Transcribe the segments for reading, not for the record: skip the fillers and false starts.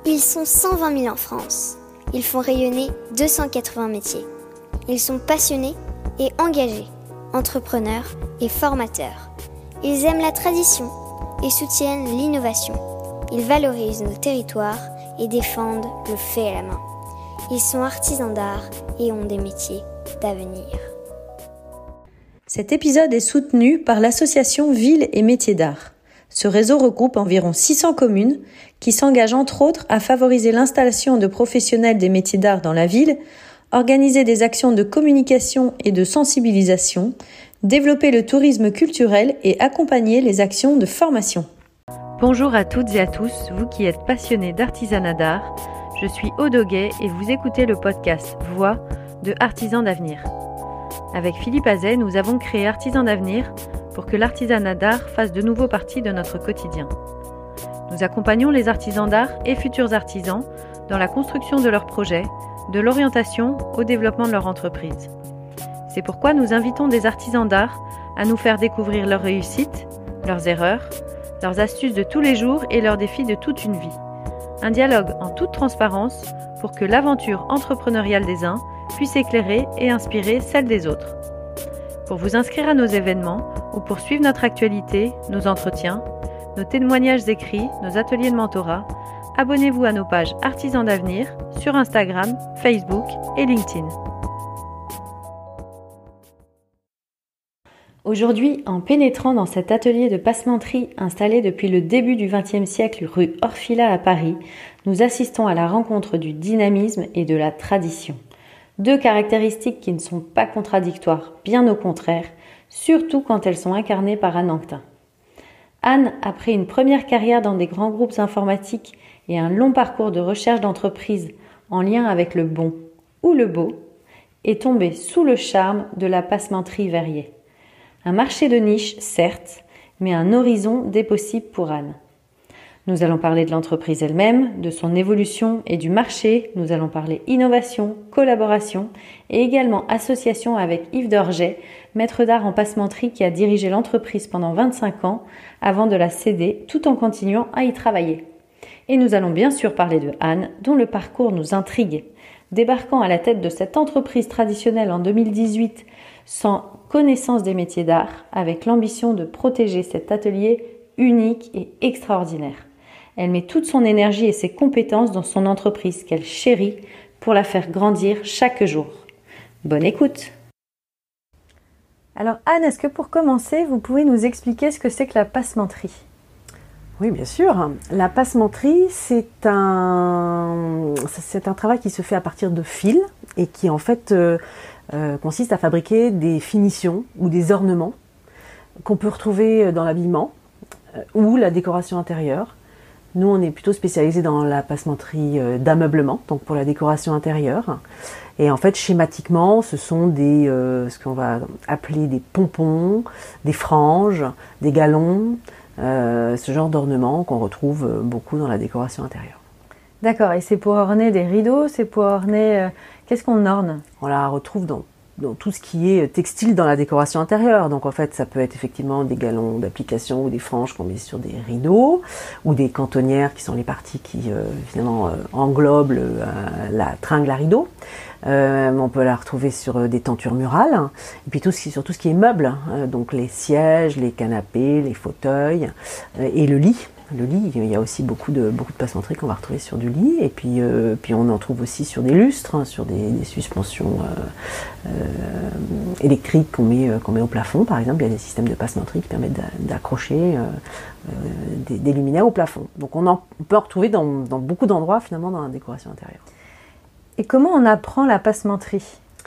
Ils sont 120 000 en France. Ils font rayonner 280 métiers. Ils sont passionnés et engagés, entrepreneurs et formateurs. Ils aiment la tradition et soutiennent l'innovation. Ils valorisent nos territoires et défendent le fait à la main. Ils sont artisans d'art et ont des métiers d'avenir. Cet épisode est soutenu par l'association Villes et Métiers d'Art. Ce réseau regroupe environ 600 communes qui s'engagent entre autres à favoriser l'installation de professionnels des métiers d'art dans la ville, organiser des actions de communication et de sensibilisation, développer le tourisme culturel et accompagner les actions de formation. Bonjour à toutes et à tous, vous qui êtes passionnés d'artisanat d'art. Je suis Aude Auguet et vous écoutez le podcast Voix de Artisans d'avenir. Avec Philippe Azet, nous avons créé Artisans d'avenir pour que l'artisanat d'art fasse de nouveau partie de notre quotidien. Nous accompagnons les artisans d'art et futurs artisans dans la construction de leurs projets, de l'orientation au développement de leur entreprise. C'est pourquoi nous invitons des artisans d'art à nous faire découvrir leurs réussites, leurs erreurs, leurs astuces de tous les jours et leurs défis de toute une vie. Un dialogue en toute transparence pour que l'aventure entrepreneuriale des uns puisse éclairer et inspirer celle des autres. Pour vous inscrire à nos événements ou pour suivre notre actualité, nos entretiens, nos témoignages écrits, nos ateliers de mentorat, abonnez-vous à nos pages Artisans d'avenir sur Instagram, Facebook et LinkedIn. Aujourd'hui, en pénétrant dans cet atelier de passementerie installé depuis le début du XXe siècle rue Orfila à Paris, nous assistons à la rencontre du dynamisme et de la tradition. Deux caractéristiques qui ne sont pas contradictoires, bien au contraire, surtout quand elles sont incarnées par Anne Anctin. Anne, après une première carrière dans des grands groupes informatiques et un long parcours de recherche d'entreprise en lien avec le bon ou le beau, est tombée sous le charme de la passementerie Verrier. Un marché de niche, certes, mais un horizon des possibles pour Anne. Nous allons parler de l'entreprise elle-même, de son évolution et du marché. Nous allons parler innovation, collaboration et également association avec Yves Dorget, maître d'art en passementerie qui a dirigé l'entreprise pendant 25 ans avant de la céder tout en continuant à y travailler. Et nous allons bien sûr parler de Anne, dont le parcours nous intrigue. Débarquant à la tête de cette entreprise traditionnelle en 2018 sans connaissance des métiers d'art, avec l'ambition de protéger cet atelier unique et extraordinaire. Elle met toute son énergie et ses compétences dans son entreprise qu'elle chérit pour la faire grandir chaque jour. Bonne écoute! Alors Anne, est-ce que pour commencer, vous pouvez nous expliquer ce que c'est que la passementerie ? Oui, bien sûr. La passementerie, c'est un travail qui se fait à partir de fils et qui en fait consiste à fabriquer des finitions ou des ornements qu'on peut retrouver dans l'habillement ou la décoration intérieure. Nous, on est plutôt spécialisé dans la passementerie d'ameublement, donc pour la décoration intérieure. Et en fait, schématiquement, ce sont ce qu'on va appeler des pompons, des franges, des galons, ce genre d'ornements qu'on retrouve beaucoup dans la décoration intérieure. D'accord, et c'est pour orner des rideaux, c'est pour orner... Qu'est-ce qu'on orne ? On la retrouve dans tout ce qui est textile dans la décoration intérieure. Donc en fait, ça peut être effectivement des galons d'application ou des franges qu'on met sur des rideaux ou des cantonnières qui sont les parties qui finalement englobent la tringle à rideaux. On peut la retrouver sur des tentures murales et puis sur tout ce qui est meubles, donc les sièges, les canapés, les fauteuils et le lit. Le lit, il y a aussi beaucoup de passementerie qu'on va retrouver sur du lit et puis on en trouve aussi sur des lustres, sur des suspensions électriques qu'on met au plafond. Par exemple, il y a des systèmes de passementerie qui permettent d'accrocher des luminaires au plafond. Donc on peut en retrouver dans beaucoup d'endroits finalement dans la décoration intérieure. Et comment on apprend la passementerie ?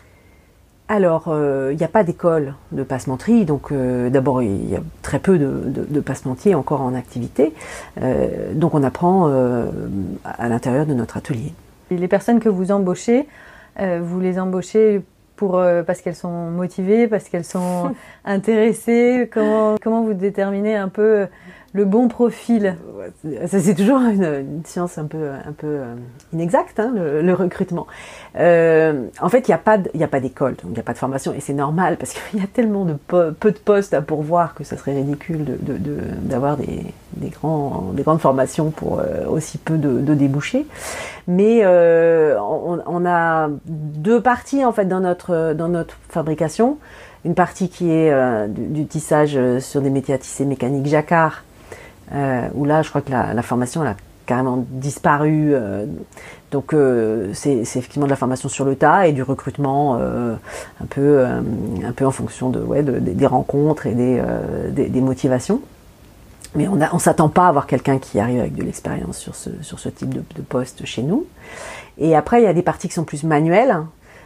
Alors, il n'y a pas d'école de passementerie, donc d'abord il y a très peu de passementiers encore en activité, donc on apprend à l'intérieur de notre atelier. Et les personnes que vous embauchez, vous les embauchez parce qu'elles sont motivées, parce qu'elles sont intéressées. Comment vous déterminez un peu Le bon profil. C'est toujours une science un peu inexacte, hein, le recrutement. En fait, il n'y a pas d'école, donc il n'y a pas de formation, et c'est normal parce qu'il y a tellement de peu de postes à pourvoir que ça serait ridicule d'avoir des grandes formations pour aussi peu de débouchés. Mais on a deux parties en fait dans notre fabrication. Une partie qui est du tissage sur des métiers à tisser mécanique jacquard, où là, je crois que la formation elle a carrément disparu. Donc, c'est effectivement de la formation sur le tas et du recrutement un peu en fonction des rencontres et des motivations. Mais on s'attend pas à avoir quelqu'un qui arrive avec de l'expérience sur ce type de poste chez nous. Et après, il y a des parties qui sont plus manuelles.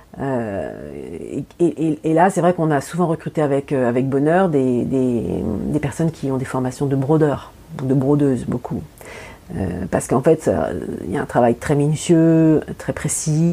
Et là, c'est vrai qu'on a souvent recruté avec bonheur des personnes qui ont des formations de brodeurs, de brodeuses, beaucoup. Parce qu'en fait, il y a un travail très minutieux, très précis,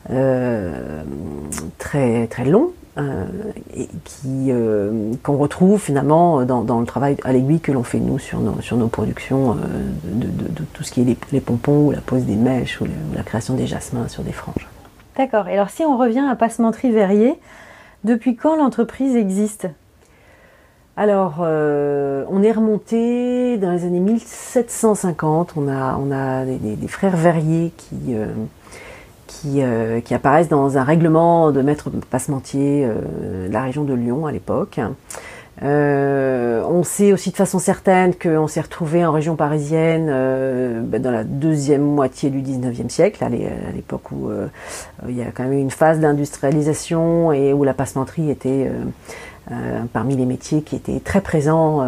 très, très long, et qu'on retrouve finalement dans le travail à l'aiguille que l'on fait nous sur nos productions de tout ce qui est les pompons, ou la pose des mèches, ou la création des jasmins sur des franges. D'accord. Et alors, si on revient à Passementerie Verrier, depuis quand l'entreprise existe ? Alors, on est remonté dans les années 1750. On a des frères Verrier qui apparaissent dans un règlement de maître passementier de la région de Lyon à l'époque. On sait aussi de façon certaine qu'on s'est retrouvé en région parisienne dans la deuxième moitié du 19e siècle, à l'époque où il y a quand même eu une phase d'industrialisation et où la passementerie était parmi les métiers qui étaient très présents,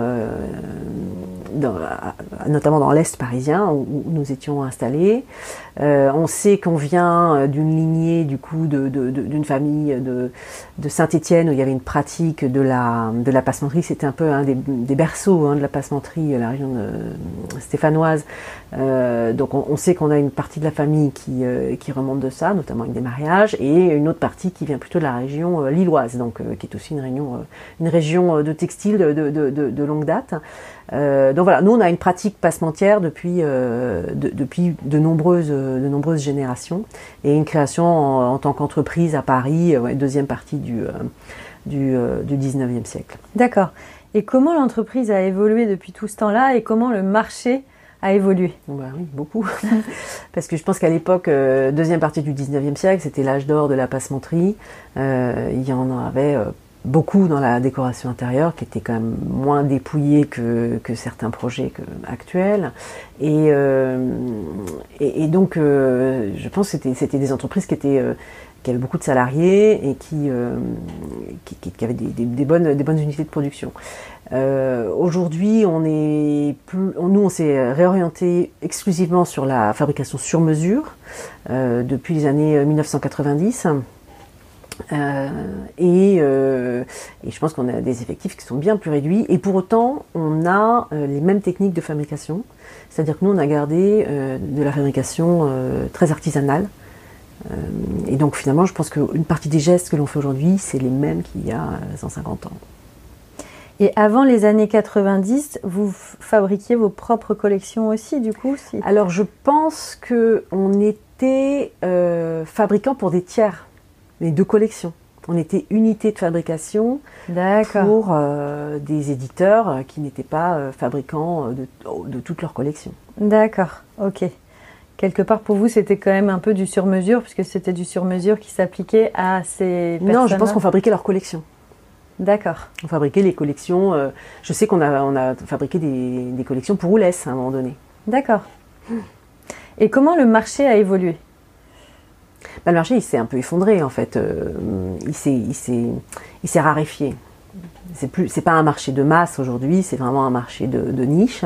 notamment dans l'Est parisien où nous étions installés. On sait qu'on vient d'une lignée du coup d'une famille de Saint-Étienne où il y avait une pratique de la passementerie. C'était un peu un des berceaux de la passementerie, la région stéphanoise. Donc on sait qu'on a une partie de la famille qui remonte de ça, notamment avec des mariages, et une autre partie qui vient plutôt de la région lilloise, donc qui est aussi une région de textile de longue date. Donc voilà, nous on a une pratique passementière depuis de nombreuses générations, et une création en tant qu'entreprise à Paris, deuxième partie du 19e siècle. D'accord. Et comment l'entreprise a évolué depuis tout ce temps-là, et comment le marché a évolué? Oui, beaucoup. Parce que je pense qu'à l'époque, deuxième partie du 19e siècle, c'était l'âge d'or de la passementerie. Il y en avait beaucoup dans la décoration intérieure, qui était quand même moins dépouillée que certains projets actuels. Et donc, je pense que c'était des entreprises qui avaient beaucoup de salariés et qui avaient des bonnes unités de production. Aujourd'hui, on s'est réorienté exclusivement sur la fabrication sur mesure depuis les années 1990. Et je pense qu'on a des effectifs qui sont bien plus réduits, et pour autant on a les mêmes techniques de fabrication, c'est-à-dire que nous on a gardé de la fabrication très artisanale, et donc finalement je pense qu'une partie des gestes que l'on fait aujourd'hui c'est les mêmes qu'il y a 150 ans. Et avant les années 90, vous fabriquiez vos propres collections aussi, du coup? Alors je pense qu'on était fabricant pour des tiers, mais de collection. On était unité de fabrication pour des éditeurs qui n'étaient pas fabricants de toutes leurs collections. D'accord, ok. Quelque part pour vous c'était quand même un peu du sur-mesure, puisque c'était du sur-mesure qui s'appliquait à ces personnes. Non, je pense qu'on fabriquait leurs collections. D'accord. On fabriquait les collections. Je sais qu'on a fabriqué des collections pour Oulès à un moment donné. D'accord. Et comment le marché a évolué? Le marché il s'est un peu effondré en fait. Il s'est raréfié. C'est pas un marché de masse aujourd'hui, c'est vraiment un marché de niche.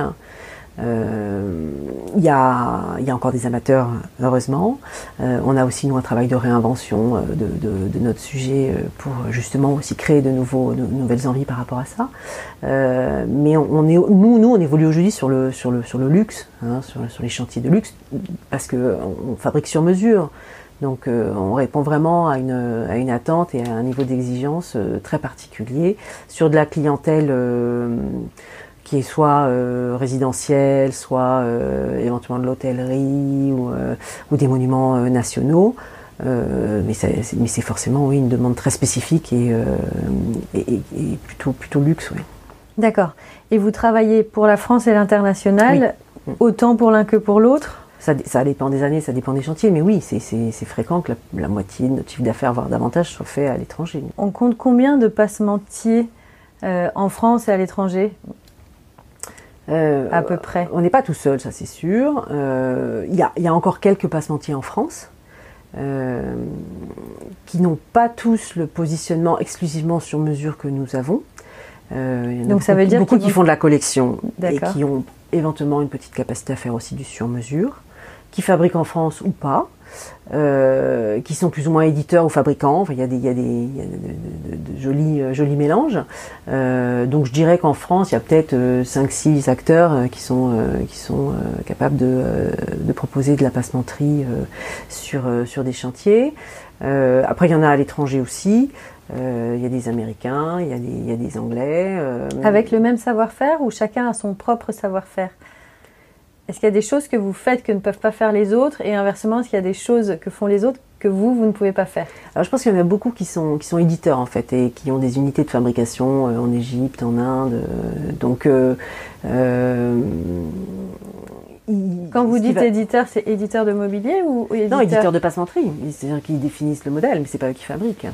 Il y a encore des amateurs, heureusement. On a aussi nous un travail de réinvention de notre sujet pour justement aussi créer de nouvelles envies par rapport à ça. Mais on évolue aujourd'hui sur le luxe, sur les chantiers de luxe, parce que on fabrique sur mesure. Donc on répond vraiment à une attente et à un niveau d'exigence très particulier sur de la clientèle qui est soit résidentiel, soit éventuellement de l'hôtellerie ou des monuments nationaux. Mais c'est forcément une demande très spécifique et plutôt luxe. Oui. D'accord. Et vous travaillez pour la France et l'international, autant pour l'un que pour l'autre ? Ça dépend des années, ça dépend des chantiers, mais oui, c'est fréquent que la moitié de notre chiffre d'affaires, voire davantage, soit fait à l'étranger. On compte combien de passementiers en France et à l'étranger ? À peu près. On n'est pas tout seul, ça c'est sûr. Il y a encore quelques passementiers en France qui n'ont pas tous le positionnement sur mesure que nous avons. Donc ça veut dire beaucoup qui font de la collection et D'accord. qui ont éventuellement une petite capacité à faire aussi du sur-mesure, qui fabriquent en France ou pas, qui sont plus ou moins éditeurs ou fabricants. Enfin, il y a de jolis mélanges. Donc je dirais qu'en France, il y a peut-être 5-6 acteurs qui sont capables de proposer de la passementerie sur des chantiers. Après, il y en a à l'étranger aussi. Il y a des Américains, il y a des Anglais. Avec le même savoir-faire ou chacun a son propre savoir-faire ? Est-ce qu'il y a des choses que vous faites que ne peuvent pas faire les autres et inversement, est-ce qu'il y a des choses que font les autres que vous ne pouvez pas faire ? Alors je pense qu'il y en a beaucoup qui sont éditeurs en fait et qui ont des unités de fabrication en Égypte, en Inde. Donc quand vous dites éditeur, c'est éditeur de mobilier ou éditeur ? Non, éditeur de passementerie. C'est-à-dire qu'ils définissent le modèle, mais c'est pas eux qui fabriquent.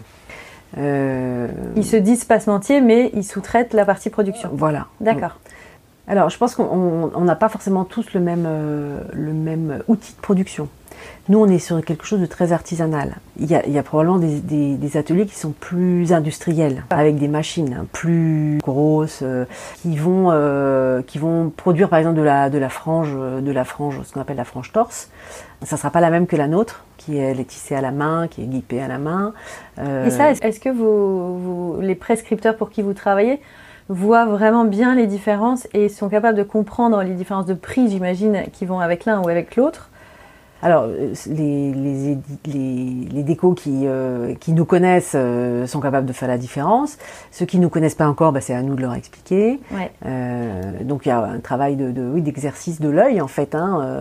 Ils se disent passementiers, mais ils sous-traitent la partie production. Voilà. D'accord. Alors, je pense qu'on n'a pas forcément tous le même outil de production. Nous, on est sur quelque chose de très artisanal. Il y a probablement des ateliers qui sont plus industriels, avec des machines plus grosses, qui vont produire par exemple de la frange, ce qu'on appelle la frange torse. Ça ne sera pas la même que la nôtre, qui est tissée à la main, qui est guipée à la main. Et ça, est-ce que les prescripteurs pour qui vous travaillez voient vraiment bien les différences et sont capables de comprendre les différences de prix, j'imagine, qui vont avec l'un ou avec l'autre ? Alors, les décos qui nous connaissent sont capables de faire la différence. Ceux qui ne nous connaissent pas encore, c'est à nous de leur expliquer. Ouais. Donc, il y a un travail d'exercice de l'œil, en fait.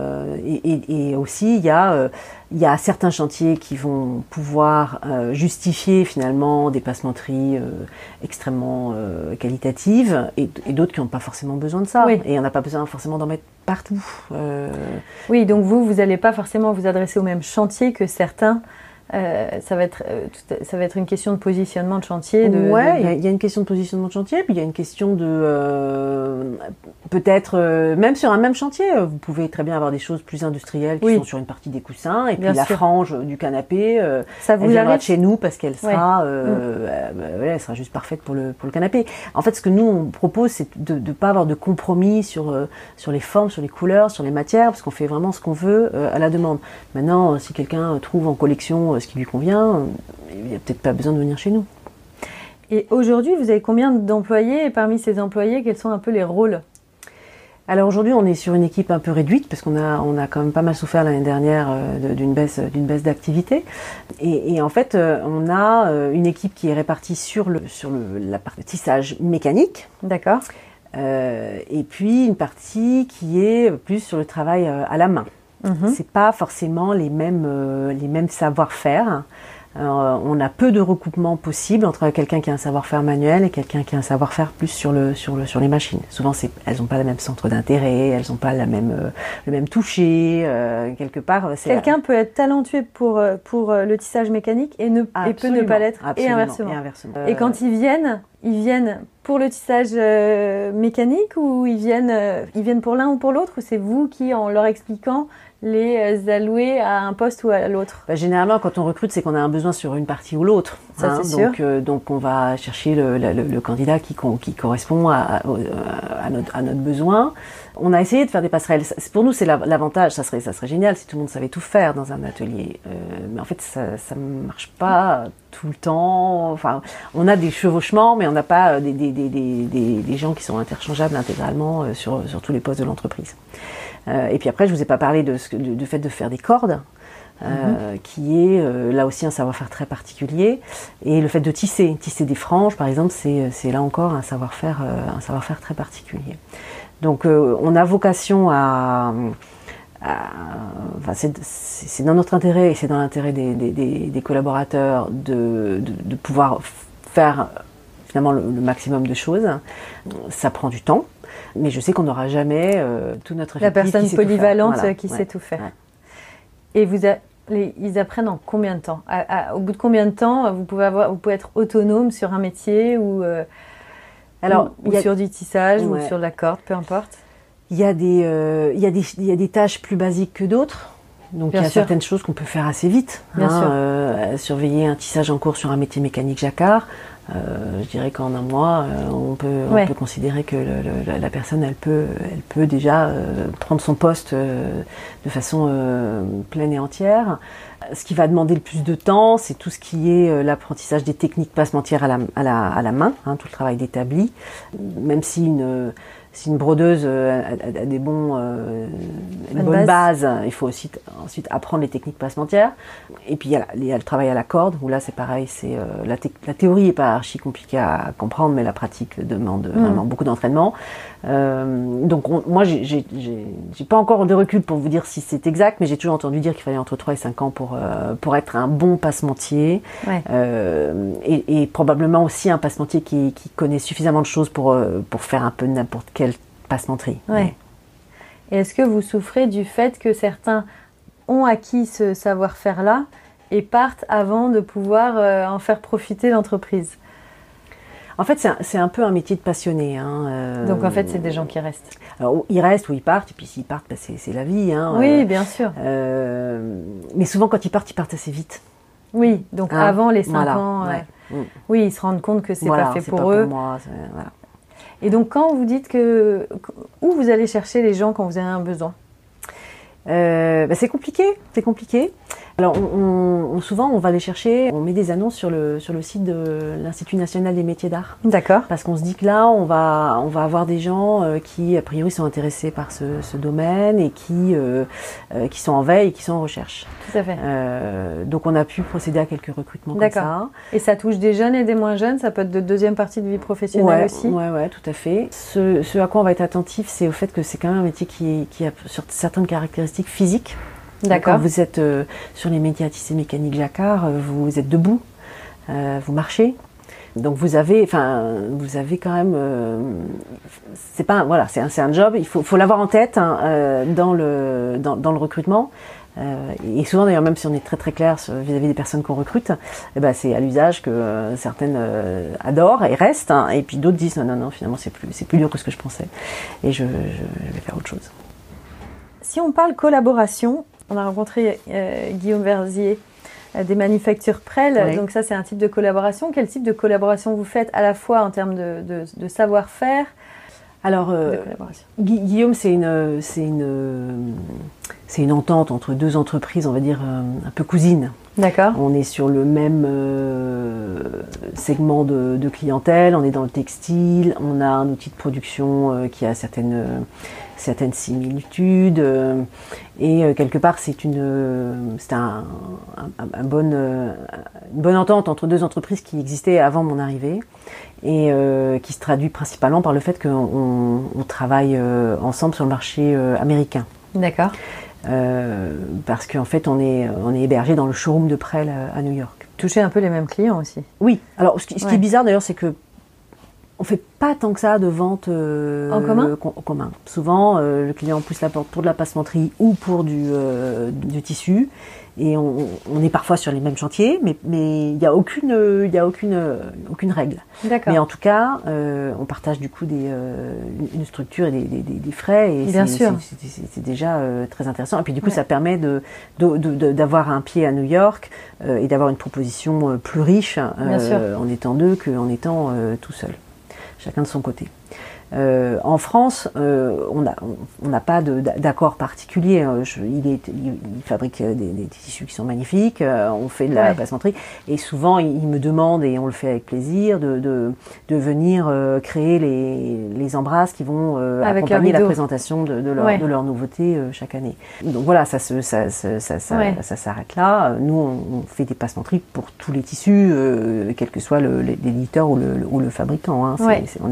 Et aussi, il y a certains chantiers qui vont pouvoir justifier, finalement, des passementeries extrêmement qualitatives et d'autres qui n'ont pas forcément besoin de ça. Oui. Et on n'a pas besoin forcément d'en mettre partout. Oui, donc vous n'allez pas forcément vous adresser au même chantier que certains. Ça va être une question de positionnement de chantier. Il y a une question de positionnement de chantier, puis il y a une question de peut-être même sur un même chantier, vous pouvez très bien avoir des choses plus industrielles qui sont sur une partie des coussins, et puis la frange du canapé, ça vous elle viendra de arrive chez nous parce qu'elle sera, elle sera juste parfaite pour le canapé. En fait, ce que nous on propose, c'est de pas avoir de compromis sur les formes, sur les couleurs, sur les matières, parce qu'on fait vraiment ce qu'on veut à la demande. Maintenant, si quelqu'un trouve en collection ce qui lui convient, il n'y a peut-être pas besoin de venir chez nous. Et aujourd'hui, vous avez combien d'employés ? Et parmi ces employés, quels sont un peu les rôles ? Alors aujourd'hui, on est sur une équipe un peu réduite parce qu'on a quand même pas mal souffert l'année dernière d'une baisse d'activité. Et en fait, on a une équipe qui est répartie sur la partie tissage mécanique. D'accord. Et puis une partie qui est plus sur le travail à la main. C'est pas forcément les mêmes savoir-faire. On a peu de recoupement possible entre quelqu'un qui a un savoir-faire manuel et quelqu'un qui a un savoir-faire plus sur les machines. Souvent, elles n'ont pas le même centre d'intérêt, elles n'ont pas le même toucher. Quelque part, quelqu'un peut être talentueux pour le tissage mécanique et peut ne pas l'être, et inversement. Et quand ils viennent pour le tissage mécanique, ou ils viennent pour l'un ou pour l'autre, ou c'est vous qui, en leur expliquant, les allouer à un poste ou à l'autre? Généralement, quand on recrute, c'est qu'on a un besoin sur une partie ou l'autre. Ça, c'est sûr. Donc, on va chercher le candidat qui correspond à notre besoin. On a essayé de faire des passerelles. Pour nous, c'est l'avantage. Ça serait génial si tout le monde savait tout faire dans un atelier. Mais en fait, ça marche pas tout le temps. Enfin, on a des chevauchements, mais on n'a pas des gens qui sont interchangeables intégralement sur tous les postes de l'entreprise. Et puis après, je vous ai pas parlé du fait de faire des cordes. qui est là aussi un savoir-faire très particulier. Et le fait de tisser des franges, par exemple, c'est là encore un savoir-faire très particulier. Donc on a vocation enfin, c'est dans notre intérêt et c'est dans l'intérêt des collaborateurs de pouvoir faire finalement le maximum de choses. Ça prend du temps, mais je sais qu'on n'aura jamais tout notre effectif. La personne polyvalente qui sait tout faire. Et ils apprennent en combien de temps? Au bout de combien de temps vous pouvez être autonome sur un métier ou sur du tissage ou sur de la corde, peu importe? Il y a des tâches plus basiques que d'autres. Donc il y a certaines choses qu'on peut faire assez vite. Surveiller un tissage en cours sur un métier mécanique jacquard, je dirais qu'en un mois, on peut considérer que la personne, elle peut déjà prendre son poste de façon pleine et entière. Ce qui va demander le plus de temps, c'est tout ce qui est l'apprentissage des techniques passementières à la main, tout le travail d'établi. Même si une brodeuse a des une bonne base, il faut aussi ensuite apprendre les techniques passementières. Et puis il y a le travail à la corde, où là c'est pareil, la théorie n'est pas archi compliquée à comprendre, mais la pratique demande vraiment beaucoup d'entraînement. Donc moi j'ai pas encore de recul pour vous dire si c'est exact, mais j'ai toujours entendu dire qu'il fallait entre 3 et 5 ans pour être un bon passementier, et probablement aussi un passementier qui connaît suffisamment de choses pour faire un peu n'importe quelle passementerie. Ouais. Et est-ce que vous souffrez du fait que certains ont acquis ce savoir-faire-là et partent avant de pouvoir en faire profiter l'entreprise? En fait, c'est un peu un métier de passionné. Donc en fait, c'est des gens qui restent. Alors, ils restent ou ils partent, et puis s'ils partent, c'est la vie. Oui, bien sûr. Mais souvent, quand ils partent assez vite. Oui, donc avant les 5 ans. Oui, ils se rendent compte que c'est pas fait pour eux. Pour moi, voilà. Et donc, quand vous dites où vous allez chercher les gens quand vous avez un besoin? C'est compliqué. Alors, souvent, on va les chercher, on met des annonces sur le site de l'Institut national des métiers d'art. D'accord. Parce qu'on se dit que là, on va avoir des gens qui, a priori, sont intéressés par ce domaine et qui sont en veille et qui sont en recherche. Tout à fait. Donc, on a pu procéder à quelques recrutements comme ça. Et ça touche des jeunes et des moins jeunes? Ça peut être de deuxième partie de vie professionnelle aussi? Oui, tout à fait. Ce à quoi on va être attentif, c'est au fait que c'est quand même un métier qui a sur certaines caractéristiques physiques. D'accord. Quand vous êtes sur les métiers à tisser mécanique jacquard, vous êtes debout, vous marchez. Donc vous avez quand même, c'est un job. Il faut l'avoir en tête dans le recrutement. Et souvent d'ailleurs, même si on est très très clair vis-à-vis des personnes qu'on recrute, c'est à l'usage que certaines adorent et restent, et puis d'autres disent non, finalement c'est plus dur que ce que je pensais, et je vais faire autre chose. Si on parle collaboration, on a rencontré Guillaume Verzier des manufactures Prel, donc ça c'est un type de collaboration. Quel type de collaboration vous faites à la fois en termes de savoir-faire? Alors, Guillaume, c'est une entente entre deux entreprises, on va dire un peu cousines. D'accord. On est sur le même segment de clientèle, on est dans le textile, on a un outil de production qui a certaines similitudes, et quelque part c'est une bonne entente entre deux entreprises qui existaient avant mon arrivée, et qui se traduit principalement par le fait qu'on travaille ensemble sur le marché américain. D'accord. Parce qu'en fait on est hébergé dans le showroom de Prel à New York. Toucher un peu les mêmes clients aussi. Oui. Alors ce qui est bizarre d'ailleurs, c'est que on fait pas tant que ça de vente en commun. Souvent, le client pousse la porte pour de la passementerie ou pour du tissu, et on est parfois sur les mêmes chantiers, mais il y a aucune règle. D'accord. Mais en tout cas, on partage du coup une structure et des frais, et bien sûr, c'est déjà très intéressant. Et puis du coup, ça permet d'avoir un pied à New York et d'avoir une proposition plus riche en étant deux qu'en étant tout seul. Chacun de son côté. En France, on n'a pas d'accord particulier. Il fabrique des tissus qui sont magnifiques. On fait de la passementerie et souvent il me demande, et on le fait avec plaisir, de venir créer les embrasses qui vont accompagner la présentation de leurs nouveautés chaque année. Donc voilà, ça s'arrête là. Nous, on fait des passementeries pour tous les tissus, quel que soit l'éditeur ou le fabricant. Hein.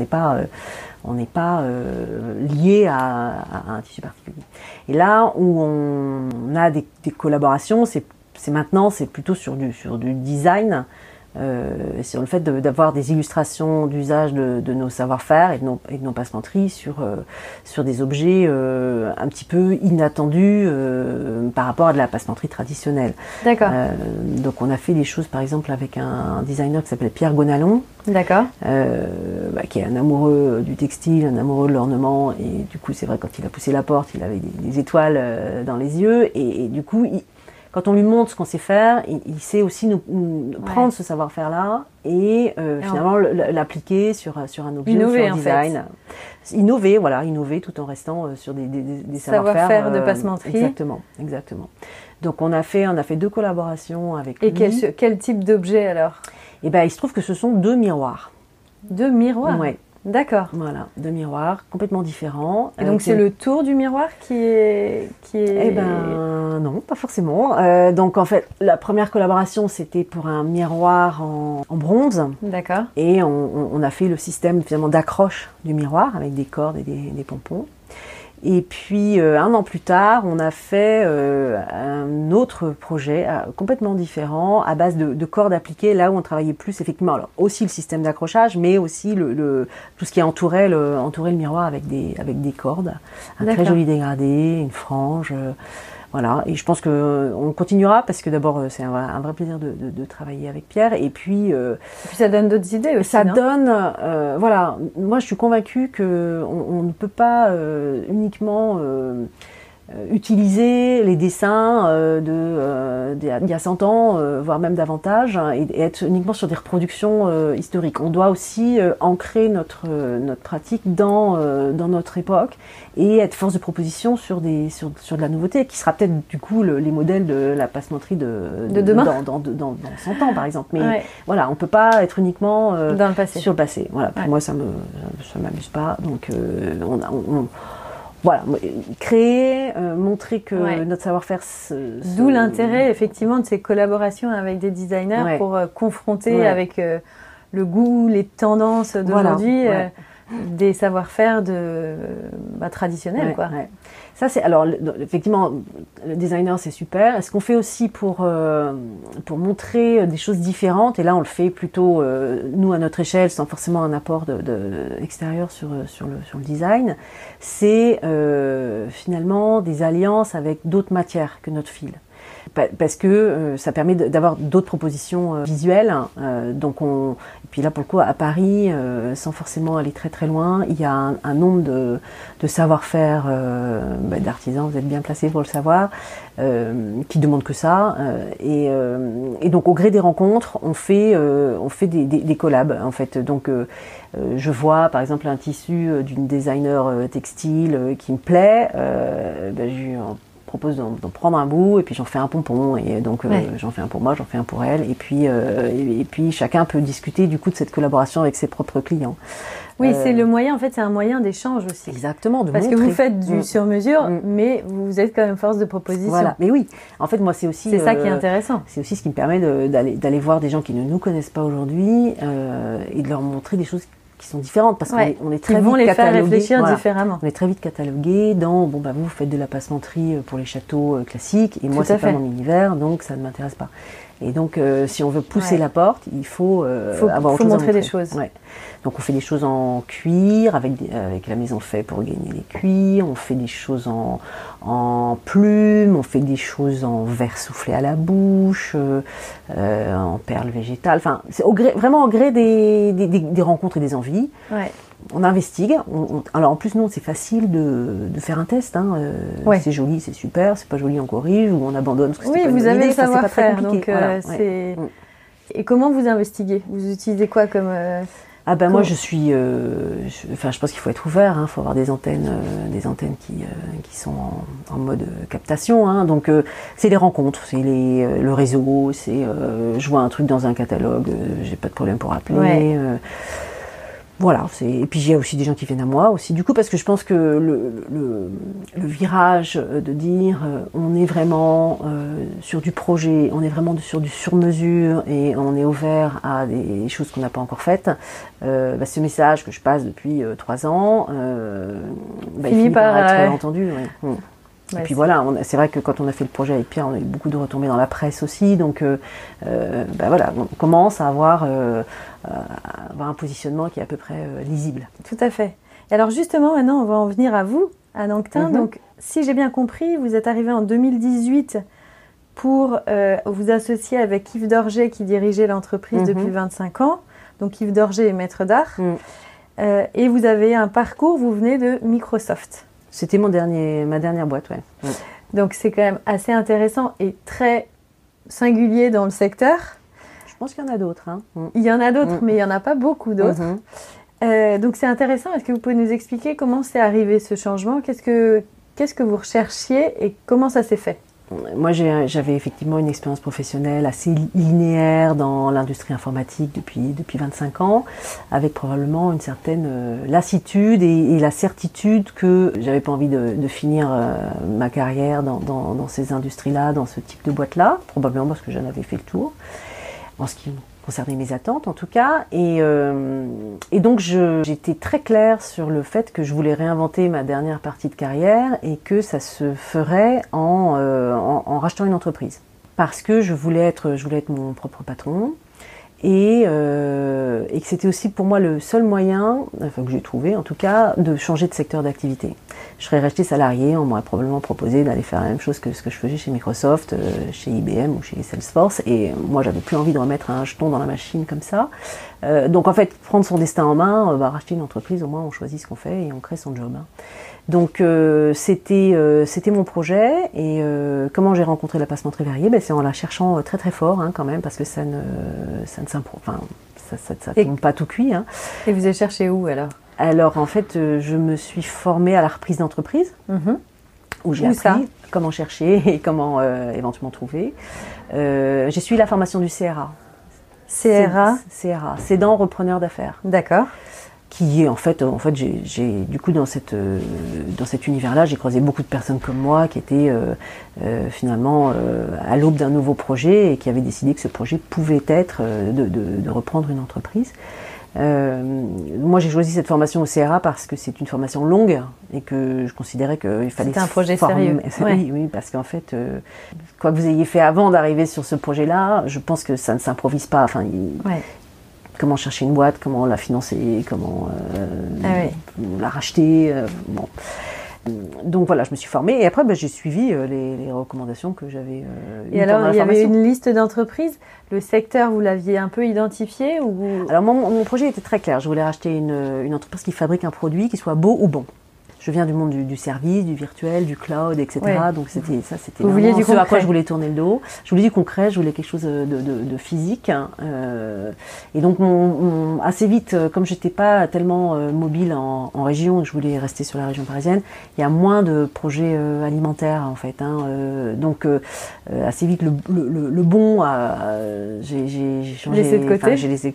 On n'est pas lié à un tissu particulier. Et là où on a des collaborations, c'est plutôt sur du design, sur le fait d'avoir des illustrations d'usage de nos savoir-faire et de nos passementeries sur des objets un petit peu inattendus par rapport à de la passementerie traditionnelle. D'accord. Donc on a fait des choses par exemple avec un designer qui s'appelle Pierre Gonalon. D'accord. Qui est un amoureux du textile, un amoureux de l'ornement, et du coup c'est vrai, quand il a poussé la porte, il avait des étoiles dans les yeux, et du coup quand on lui montre ce qu'on sait faire, il sait aussi nous prendre ce savoir-faire-là et finalement l'appliquer sur un objet, innover, sur un design. Innover tout en restant sur des savoir-faire de passementerie. Exactement. Donc on a fait 2 collaborations avec lui. Et quel type d'objet alors? Eh ben, il se trouve que ce sont 2 miroirs. 2 miroirs? Oui. D'accord. Voilà, 2 miroirs complètement différents. Et donc c'est le tour du miroir qui est... Eh ben non, pas forcément. Donc en fait, la première collaboration, c'était pour un miroir en bronze. D'accord. Et on a fait le système finalement d'accroche du miroir avec des cordes et des pompons. Et puis 1 an plus tard, on a fait un autre projet complètement différent, à base de cordes appliquées, là où on travaillait plus effectivement, alors aussi le système d'accrochage, mais aussi tout ce qui entourait le miroir avec des cordes, un très joli dégradé, une frange. Voilà, et je pense qu'on continuera parce que d'abord c'est un vrai plaisir de travailler avec Pierre, et puis ça donne d'autres idées aussi. Ça donne, voilà, moi je suis convaincue que on ne peut pas uniquement utiliser les dessins d'il y a 100 ans, voire même davantage, et être uniquement sur des reproductions historiques. On doit aussi ancrer notre pratique dans notre époque et être force de proposition sur de la nouveauté, qui sera peut-être du coup les modèles de la passementerie de demain, dans 100 ans par exemple. Mais voilà, on peut pas être uniquement dans le passé. Sur le passé. Voilà, pour moi ça m'amuse pas. Donc voilà, créer, montrer que notre savoir-faire D'où l'intérêt, effectivement, de ces collaborations avec des designers pour confronter avec le goût, les tendances d'aujourd'hui, des savoir-faire traditionnels, quoi. Ouais. Ça, c'est, alors, effectivement, le designer, c'est super. Ce qu'on fait aussi pour montrer des choses différentes, et là, on le fait plutôt, nous, à notre échelle, sans forcément un apport extérieur sur le design, c'est finalement des alliances avec d'autres matières que notre fil. Parce que ça permet d'avoir d'autres propositions visuelles. Et puis là, pour le coup, à Paris, sans forcément aller très très loin, il y a un nombre de savoir-faire d'artisans, vous êtes bien placés pour le savoir, qui demandent que ça. Et donc, au gré des rencontres, on fait des collabs, en fait. Donc, je vois, par exemple, un tissu d'une designer textile qui me plaît. Je propose d'en prendre un bout, et puis j'en fais un pompon, et donc j'en fais un pour moi, j'en fais un pour elle, et puis chacun peut discuter du coup de cette collaboration avec ses propres clients. Oui, c'est le moyen, en fait, c'est un moyen d'échange aussi. Exactement, de parce montrer. Que vous faites du sur-mesure, mais vous êtes quand même force de proposition. Voilà, mais oui, en fait, moi, c'est aussi... C'est ça qui est intéressant. C'est aussi ce qui me permet d'aller voir des gens qui ne nous connaissent pas aujourd'hui, et de leur montrer des choses qui sont différentes, parce qu'on est très vite les catalogués. Faire réfléchir différemment. On est très vite catalogués dans, vous faites de la passementerie pour les châteaux classiques, et moi c'est pas mon univers, donc ça ne m'intéresse pas. Et donc si on veut pousser la porte, il faut avoir autre chose montrer des choses. Ouais. Donc on fait des choses en cuir, avec la maison fait pour gagner les cuirs, on fait des choses en plumes, on fait des choses en verre soufflé à la bouche, en perles végétales, enfin c'est vraiment au gré des rencontres et des envies. Ouais. On investigue. Alors en plus, nous, c'est facile de faire un test. C'est joli, c'est super. C'est pas joli, on corrige ou on abandonne. Parce que oui, pas vous avez le savoir-faire. Donc, Et comment vous investiguez? Vous utilisez quoi comme Ah ben moi je suis, je pense qu'il faut être ouvert, il faut avoir des antennes qui sont en mode captation, hein. Donc c'est les rencontres, c'est le réseau, c'est je vois un truc dans un catalogue, j'ai pas de problème pour appeler. Ouais. Voilà, et puis il y a aussi des gens qui viennent à moi aussi. Du coup, parce que je pense que le virage de dire on est vraiment sur du projet, on est vraiment sur du sur-mesure et on est ouvert à des choses qu'on n'a pas encore faites, ce message que je passe depuis 3 ans, il finit par être entendu. Ouais. Et puis voilà, c'est vrai que quand on a fait le projet avec Pierre, on a eu beaucoup de retombées dans la presse aussi, donc voilà, on commence à avoir un positionnement qui est à peu près lisible. Tout à fait. Et alors justement, maintenant, on va en venir à vous, à Nanctin. Donc, si j'ai bien compris, vous êtes arrivé en 2018 pour vous associer avec Yves Dorger qui dirigeait l'entreprise depuis 25 ans. Donc Yves Dorger est maître d'art. Et vous avez un parcours, vous venez de Microsoft. C'était ma dernière boîte, ouais. Donc c'est quand même assez intéressant et très singulier dans le secteur. Je pense qu'il y en a d'autres. Hein. Il y en a d'autres, mais il n'y en a pas beaucoup d'autres. Donc c'est intéressant. Est-ce que vous pouvez nous expliquer comment c'est arrivé ce changement ? Qu'est-ce que vous recherchiez et comment ça s'est fait ? Moi, j'avais effectivement une expérience professionnelle assez linéaire dans l'industrie informatique depuis 25 ans, avec probablement une certaine lassitude et la certitude que j'avais pas envie de finir ma carrière dans ces industries-là, dans ce type de boîte-là, probablement parce que j'en avais fait le tour, en ce qui concernait mes attentes en tout cas. Et donc j'étais très claire sur le fait que je voulais réinventer ma dernière partie de carrière et que ça se ferait en rachetant une entreprise. Parce que je voulais être mon propre patron et que c'était aussi pour moi le seul moyen, enfin que j'ai trouvé en tout cas, de changer de secteur d'activité. Je serais restée salariée, on m'aurait probablement proposé d'aller faire la même chose que ce que je faisais chez Microsoft, chez IBM ou chez Salesforce, et moi j'avais plus envie de remettre un jeton dans la machine comme ça. Donc en fait, prendre son destin en main, racheter une entreprise, au moins on choisit ce qu'on fait et on crée son job. Hein. Donc c'était mon projet, et comment j'ai rencontré la passementerie Verrier, c'est en la cherchant très très fort quand même, parce que ça ne s'improvise, enfin ça tombe pas tout cuit. Hein. Et vous avez cherché où alors ? Alors en fait, je me suis formée à la reprise d'entreprise, où j'ai appris comment chercher et comment éventuellement trouver. J'ai suivi la formation du CRA. CRA, Cédant Repreneur d'affaires. D'accord. Qui est en fait j'ai du coup dans cet univers-là, j'ai croisé beaucoup de personnes comme moi qui étaient finalement à l'aube d'un nouveau projet et qui avaient décidé que ce projet pouvait être de reprendre une entreprise. Moi j'ai choisi cette formation au CRA parce que c'est une formation longue et que je considérais qu'il fallait... C'était un projet sérieux. Oui, parce qu'en fait, quoi que vous ayez fait avant d'arriver sur ce projet-là, je pense que ça ne s'improvise pas. Enfin, comment chercher une boîte, comment la financer, comment la racheter. Bon. Donc voilà, je me suis formée et après j'ai suivi les recommandations que j'avais eues. Et alors, il y avait une liste d'entreprises. Le secteur, vous l'aviez un peu identifié ou... Alors mon projet était très clair. Je voulais racheter une entreprise qui fabrique un produit qui soit beau ou bon. Je viens du monde du service, du virtuel, du cloud, etc. Ouais. Donc c'était vraiment ce à quoi je voulais tourner le dos. Je voulais du concret, je voulais quelque chose de physique. Et donc assez vite, comme j'étais pas tellement mobile en région, je voulais rester sur la région parisienne, il y a moins de projets alimentaires en fait. Donc assez vite le bon, j'ai changé. Laissé de côté.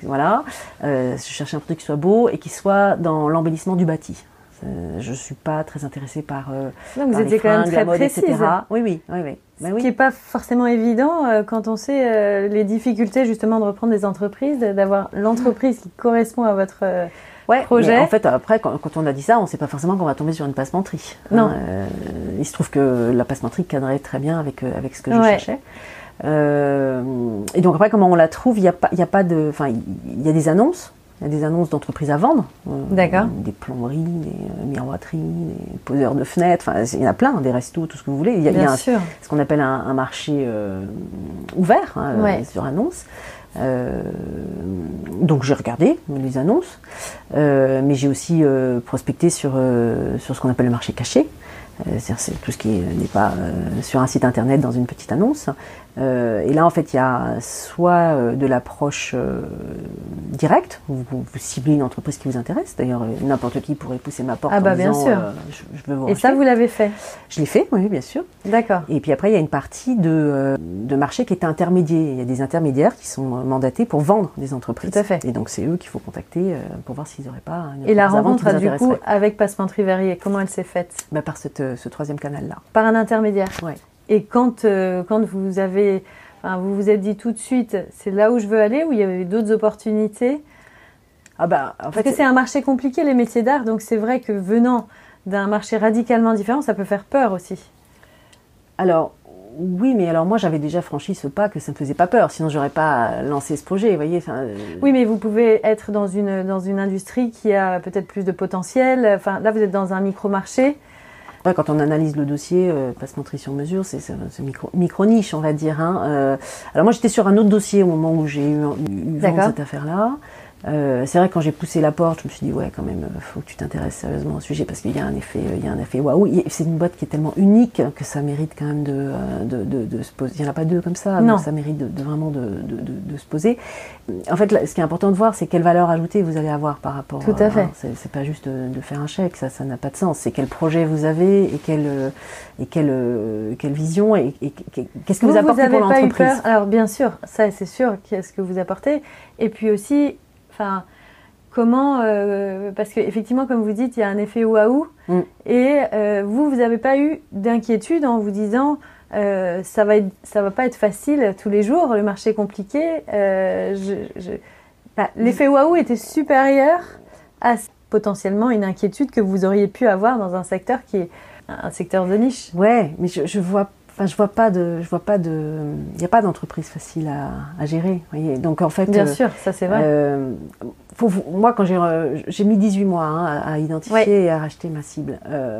Je cherchais un produit qui soit beau et qui soit dans l'embellissement du bâti. Je ne suis pas très intéressée par donc vous étiez quand même très précise. Oui. Ce qui n'est pas forcément évident quand on sait les difficultés justement de reprendre des entreprises, d'avoir l'entreprise qui correspond à votre projet. En fait, après, quand on a dit ça, on ne sait pas forcément qu'on va tomber sur une passementerie. Non. Il se trouve que la passementerie cadrait très bien avec ce que je cherchais. Et donc après, comment on la trouve, il y a des annonces. Il y a des annonces d'entreprises à vendre. D'accord. Des plomberies, des miroiteries, des poseurs de fenêtres. Enfin, il y en a plein, des restos, tout ce que vous voulez. Il y a ce qu'on appelle un marché ouvert sur annonce. Donc j'ai regardé les annonces, mais j'ai aussi prospecté sur ce qu'on appelle le marché caché. C'est tout ce qui n'est pas sur un site internet dans une petite annonce. Et là, en fait, il y a soit de l'approche directe, vous ciblez une entreprise qui vous intéresse. D'ailleurs, n'importe qui pourrait pousser ma porte en bien disant sûr. Je veux vous Et racheter. ça, vous l'avez fait? Je l'ai fait, oui, bien sûr. D'accord. Et puis après, il y a une partie de marché qui est intermédiaire. Il y a des intermédiaires qui sont mandatés pour vendre des entreprises. Tout à fait. Et donc, c'est eux qu'il faut contacter pour voir s'ils n'auraient pas une Et la entreprise à vendre qui rencontre, vous du coup, intéresserait. avec Passementerie Verrier, comment elle s'est faite? Par ce troisième canal-là. Par un intermédiaire. Ouais. Et quand vous avez, vous vous êtes dit tout de suite, c'est là où je veux aller, ou il y avait d'autres opportunités? En Parce que c'est un marché compliqué, les métiers d'art, donc c'est vrai que venant d'un marché radicalement différent, ça peut faire peur aussi. Alors, oui, mais alors moi j'avais déjà franchi ce pas que ça me faisait pas peur, sinon j'aurais pas lancé ce projet, vous voyez. Oui, mais vous pouvez être dans une industrie qui a peut-être plus de potentiel. Enfin, là, vous êtes dans un micro-marché. Ouais, quand on analyse le dossier, Passementerie sur mesure, c'est micro-niche, on va dire. Hein. Alors moi j'étais sur un autre dossier au moment où j'ai eu vent cette affaire-là. C'est vrai que quand j'ai poussé la porte, je me suis dit ouais quand même faut que tu t'intéresses sérieusement au sujet parce qu'il y a un effet waouh. C'est une boîte qui est tellement unique que ça mérite quand même de se poser. Il n'y en a pas deux comme ça, donc ça mérite vraiment de se poser. En fait, là, ce qui est important de voir, c'est quelle valeur ajoutée vous allez avoir par rapport. Tout à fait. C'est pas juste de faire un chèque, ça n'a pas de sens. C'est quel projet vous avez et quelle vision et qu'est-ce que vous apportez pour l'entreprise. Alors bien sûr, ça c'est sûr, qu'est-ce que vous apportez. Et puis aussi, comment, parce qu'effectivement, comme vous dites, il y a un effet waouh, et vous n'avez pas eu d'inquiétude en vous disant ça va pas être facile tous les jours, le marché est compliqué. L'effet waouh était supérieur à potentiellement une inquiétude que vous auriez pu avoir dans un secteur qui est un secteur de niche. Ouais, mais je vois pas de, il n'y a pas d'entreprise facile à gérer, voyez. Donc en fait, bien sûr, ça c'est vrai. Moi, quand j'ai mis 18 mois à identifier et à racheter ma cible,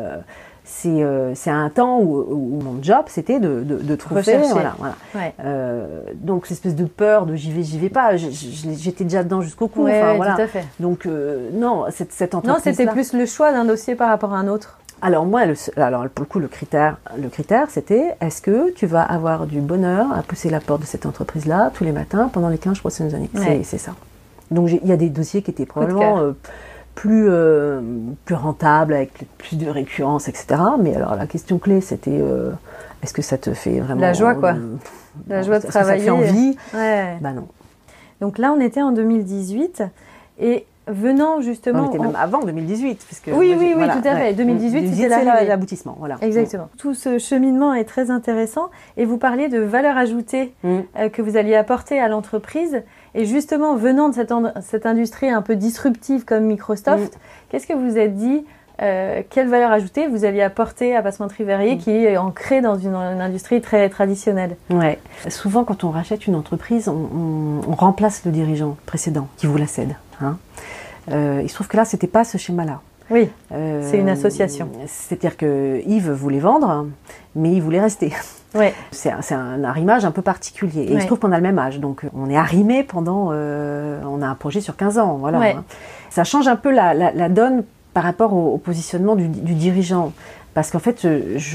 c'est un temps où mon job c'était de trouver, voilà. Ouais. Donc cette espèce de peur de j'y vais pas, j'étais déjà dedans jusqu'au cou. Voilà. Tout à fait. Donc non, cette entreprise. Non, c'était plus le choix d'un dossier par rapport à un autre. Alors moi, pour le coup, le critère, c'était est-ce que tu vas avoir du bonheur à pousser la porte de cette entreprise-là tous les matins pendant les 15 prochaines années. C'est ça. Donc il y a des dossiers qui étaient probablement plus rentables, avec plus de récurrence, etc. Mais alors la question clé, c'était est-ce que ça te fait vraiment... La joie, quoi. La joie de travailler. Ça te fait envie? Ouais. Bah non. Donc là, on était en 2018 et... venant justement... On était même avant 2018. Puisque oui, tout à fait. 2018, c'était l'aboutissement. Voilà. Exactement. Tout ce cheminement est très intéressant. Et vous parliez de valeur ajoutée que vous alliez apporter à l'entreprise. Et justement, venant de cette industrie un peu disruptive comme Microsoft, qu'est-ce que vous êtes dit quelle valeur ajoutée vous alliez apporter à Passementerie Verrier qui est ancrée dans une industrie très traditionnelle? Ouais. Souvent, quand on rachète une entreprise, on remplace le dirigeant précédent qui vous la cède. Hein. Il se trouve que là, c'était pas ce schéma-là. Oui, c'est une association. C'est-à-dire que Yves voulait vendre, mais il voulait rester. Ouais. C'est un arrimage un peu particulier. Et il se trouve qu'on a le même âge, donc on est arrimé pendant... on a un projet sur 15 ans, voilà. Ouais. Ça change un peu la donne par rapport au positionnement du dirigeant. Parce qu'en fait,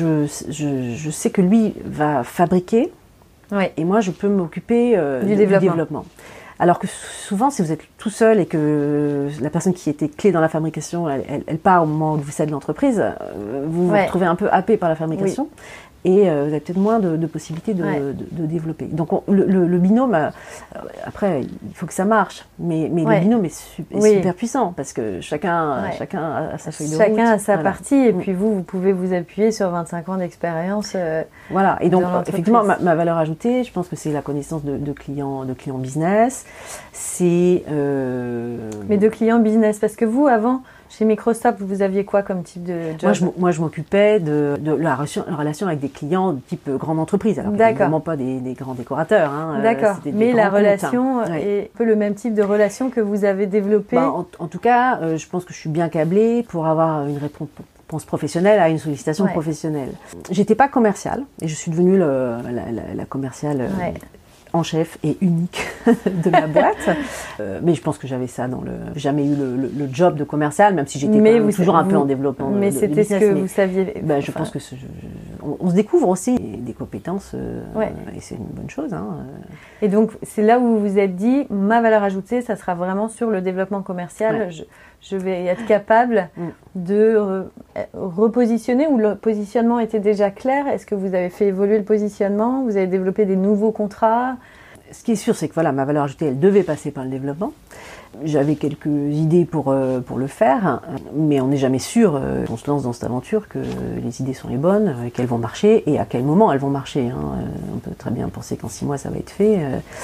je sais que lui va fabriquer, et moi, je peux m'occuper du développement. Alors que souvent, si vous êtes tout seul et que la personne qui était clé dans la fabrication, elle part au moment où vous cédez l'entreprise, vous vous retrouvez un peu happé par la fabrication. Oui. Et vous avez peut-être moins de possibilités de développer. Donc le binôme, après, il faut que ça marche. Mais le binôme est super puissant parce que chacun a sa feuille de route. Chacun a sa partie et puis vous pouvez vous appuyer sur 25 ans d'expérience. Voilà, et donc effectivement, ma valeur ajoutée, je pense que c'est la connaissance de clients business. C'est... Mais de clients business, parce que vous, avant... Chez Microsoft, vous aviez quoi comme type de job? Moi, je m'oppais de la relation avec des clients de type grande entreprise. Alors, évidemment pas des grands décorateurs. Hein. D'accord. Mais la relation est un peu le même type de relation que vous avez développé. En tout cas, je pense que je suis bien câblée pour avoir une réponse professionnelle à une sollicitation professionnelle. J'étais pas commerciale et je suis devenue la commerciale en chef et unique de ma boîte. Mais je pense que j'avais ça jamais eu le job de commercial, même si j'étais toujours un peu en développement. Mais c'était ce que vous saviez. Je pense que on se découvre aussi des compétences et c'est une bonne chose. Hein. Et donc, c'est là où vous vous êtes dit, ma valeur ajoutée, ça sera vraiment sur le développement commercial. Ouais. Je vais être capable de repositionner, ou le positionnement était déjà clair? Est-ce que vous avez fait évoluer le positionnement? Vous avez développé des nouveaux contrats? Ce qui est sûr, c'est que ma valeur ajoutée, elle devait passer par le développement. J'avais quelques idées pour le faire, mais on n'est jamais sûr qu'on se lance dans cette aventure, que les idées sont les bonnes, qu'elles vont marcher, et à quel moment elles vont marcher. Hein. On peut très bien penser qu'en 6 mois ça va être fait.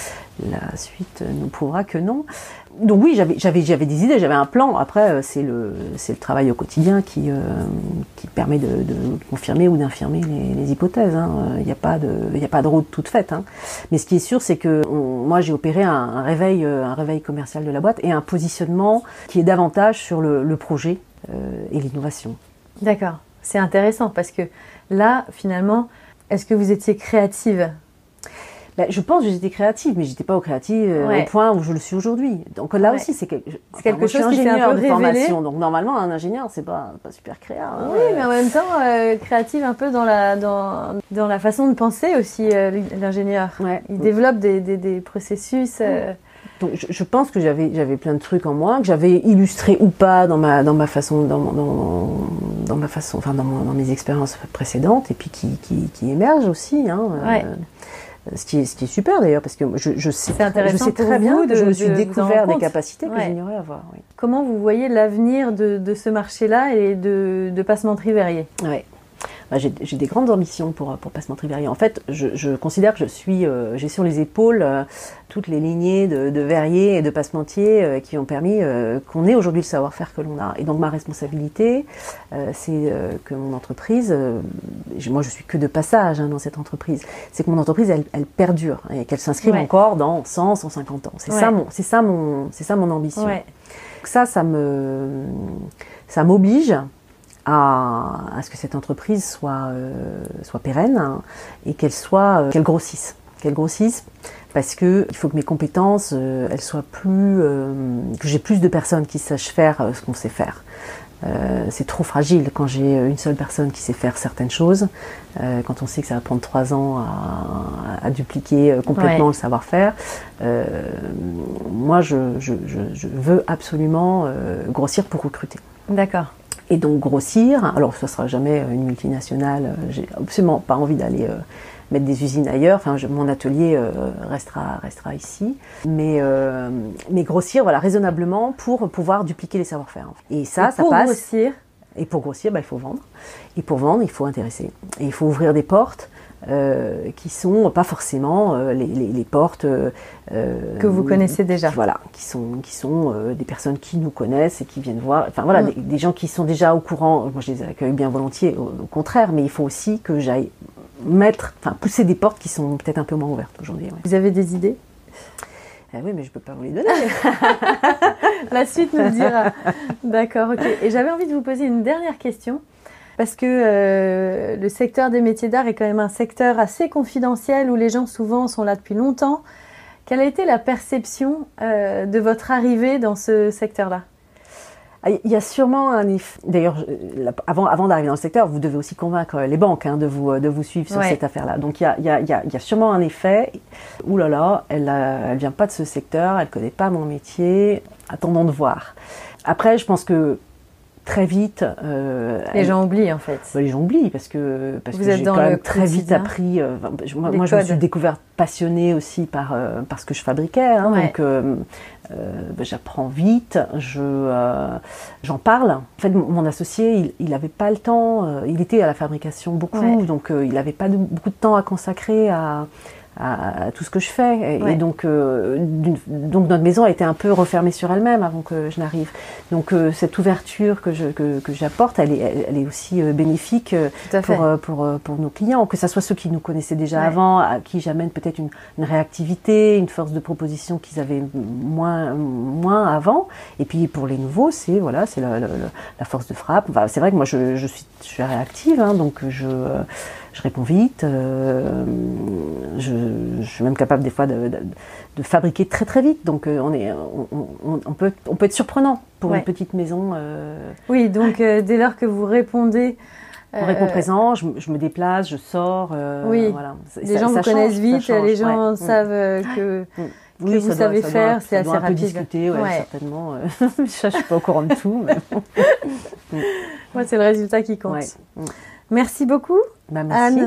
La suite nous prouvera que non. Donc oui, j'avais des idées, j'avais un plan. Après, c'est le travail au quotidien qui permet de confirmer ou d'infirmer les hypothèses. Hein. Il n'y a pas de route toute faite. Hein. Mais ce qui est sûr, c'est que moi j'ai opéré un réveil commercial de la boîte et un positionnement qui est davantage sur le projet et l'innovation. D'accord, c'est intéressant parce que là, finalement, est-ce que vous étiez créative ? Je pense que j'étais créative, mais j'étais pas créative au point où je le suis aujourd'hui. Donc là aussi, c'est quelque chose qui s'est un peu révélé. Formation, donc normalement, un ingénieur, c'est pas super créa. Hein, oui, mais en même temps, créative un peu dans la façon de penser aussi, l'ingénieur. Ouais. Il développe des processus. Donc je pense que j'avais plein de trucs en moi que j'avais illustrés ou pas dans ma façon, dans mes expériences précédentes, et puis qui émergent aussi. Hein, ce qui est super d'ailleurs, parce que je sais très bien que je me suis découvert des capacités que j'ignorais avoir. Oui. Comment vous voyez l'avenir de ce marché-là et de Passementerie-Verrier ? J'ai des grandes ambitions pour Passementerie-Verrier. En fait, je considère que j'ai sur les épaules toutes les lignées de verriers et de passementiers qui ont permis qu'on ait aujourd'hui le savoir-faire que l'on a. Et donc ma responsabilité, c'est que mon entreprise, moi je suis que de passage dans cette entreprise, c'est que mon entreprise elle perdure et qu'elle s'inscrive encore dans 100, 150 ans. C'est ça mon ambition. Ouais. Donc ça m'oblige à ce que cette entreprise soit pérenne et qu'elle grossisse. Parce que il faut que mes compétences, elles soient que j'ai plus de personnes qui sachent faire ce qu'on sait faire. C'est trop fragile quand j'ai une seule personne qui sait faire certaines choses, quand on sait que ça va prendre 3 ans à dupliquer complètement le savoir-faire. Moi, je veux absolument grossir pour recruter. D'accord. Et donc grossir, alors ce ne sera jamais une multinationale, j'ai absolument pas envie d'aller mettre des usines ailleurs, mon atelier restera ici, mais grossir raisonnablement pour pouvoir dupliquer les savoir-faire. Et ça passe. Grossir. Et pour grossir, il faut vendre. Et pour vendre, il faut intéresser. Et il faut ouvrir des portes qui sont pas forcément les portes que vous connaissez déjà. Voilà, qui sont des personnes qui nous connaissent et qui viennent voir. Des gens qui sont déjà au courant. Moi, je les accueille bien volontiers, au contraire. Mais il faut aussi que j'aille pousser des portes qui sont peut-être un peu moins ouvertes aujourd'hui. Ouais. Vous avez des idées ? Oui, mais je peux pas vous les donner. La suite nous le dira. D'accord, ok. Et j'avais envie de vous poser une dernière question. Parce que le secteur des métiers d'art est quand même un secteur assez confidentiel où les gens souvent sont là depuis longtemps. Quelle a été la perception de votre arrivée dans ce secteur-là ? Il y a sûrement un effet. D'ailleurs, avant d'arriver dans le secteur, vous devez aussi convaincre les banques de vous suivre sur cette affaire-là. Donc il y a sûrement un effet. Ouh là là, elle vient pas de ce secteur, elle connaît pas mon métier. Attendons de voir. Après, je pense que très vite, les gens oublient en fait. Les gens oublient parce que j'ai quand même très vite appris. Moi, je me suis découverte passionnée aussi par ce que je fabriquais. Donc j'apprends vite, j'en parle. En fait, mon associé, il n'avait pas le temps. Il était à la fabrication beaucoup, donc il n'avait pas beaucoup de temps à consacrer à tout ce que je fais. Et donc notre maison a été un peu refermée sur elle-même avant que je n'arrive. Donc cette ouverture que j'apporte, elle est aussi bénéfique pour nos clients, que ce soit ceux qui nous connaissaient déjà avant, à qui j'amène peut-être une réactivité, une force de proposition qu'ils avaient moins avant. Et puis pour les nouveaux, c'est la force de frappe. C'est vrai que moi je suis réactive, donc je réponds vite. Je suis même capable des fois de fabriquer très très vite. Donc on peut être surprenant pour une petite maison. Oui, donc dès lors que vous répondez... On répond présent, je me déplace, je sors. Voilà. Les gens vous connaissent vite, les gens savent que vous savez faire, c'est assez rapide. On peut discuter, certainement. Je ne suis pas au courant de tout. Mais... Moi, c'est le résultat qui compte. Ouais. Merci beaucoup, merci. Anne.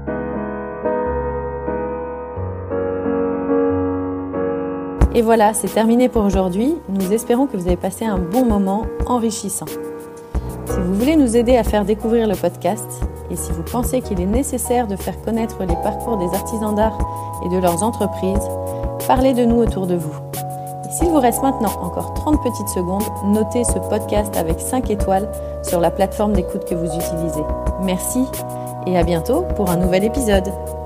Et voilà, c'est terminé pour aujourd'hui. Nous espérons que vous avez passé un bon moment enrichissant. Si vous voulez nous aider à faire découvrir le podcast et si vous pensez qu'il est nécessaire de faire connaître les parcours des artisans d'art et de leurs entreprises, parlez de nous autour de vous. Et s'il vous reste maintenant encore 30 petites secondes, notez ce podcast avec 5 étoiles sur la plateforme d'écoute que vous utilisez. Merci et à bientôt pour un nouvel épisode.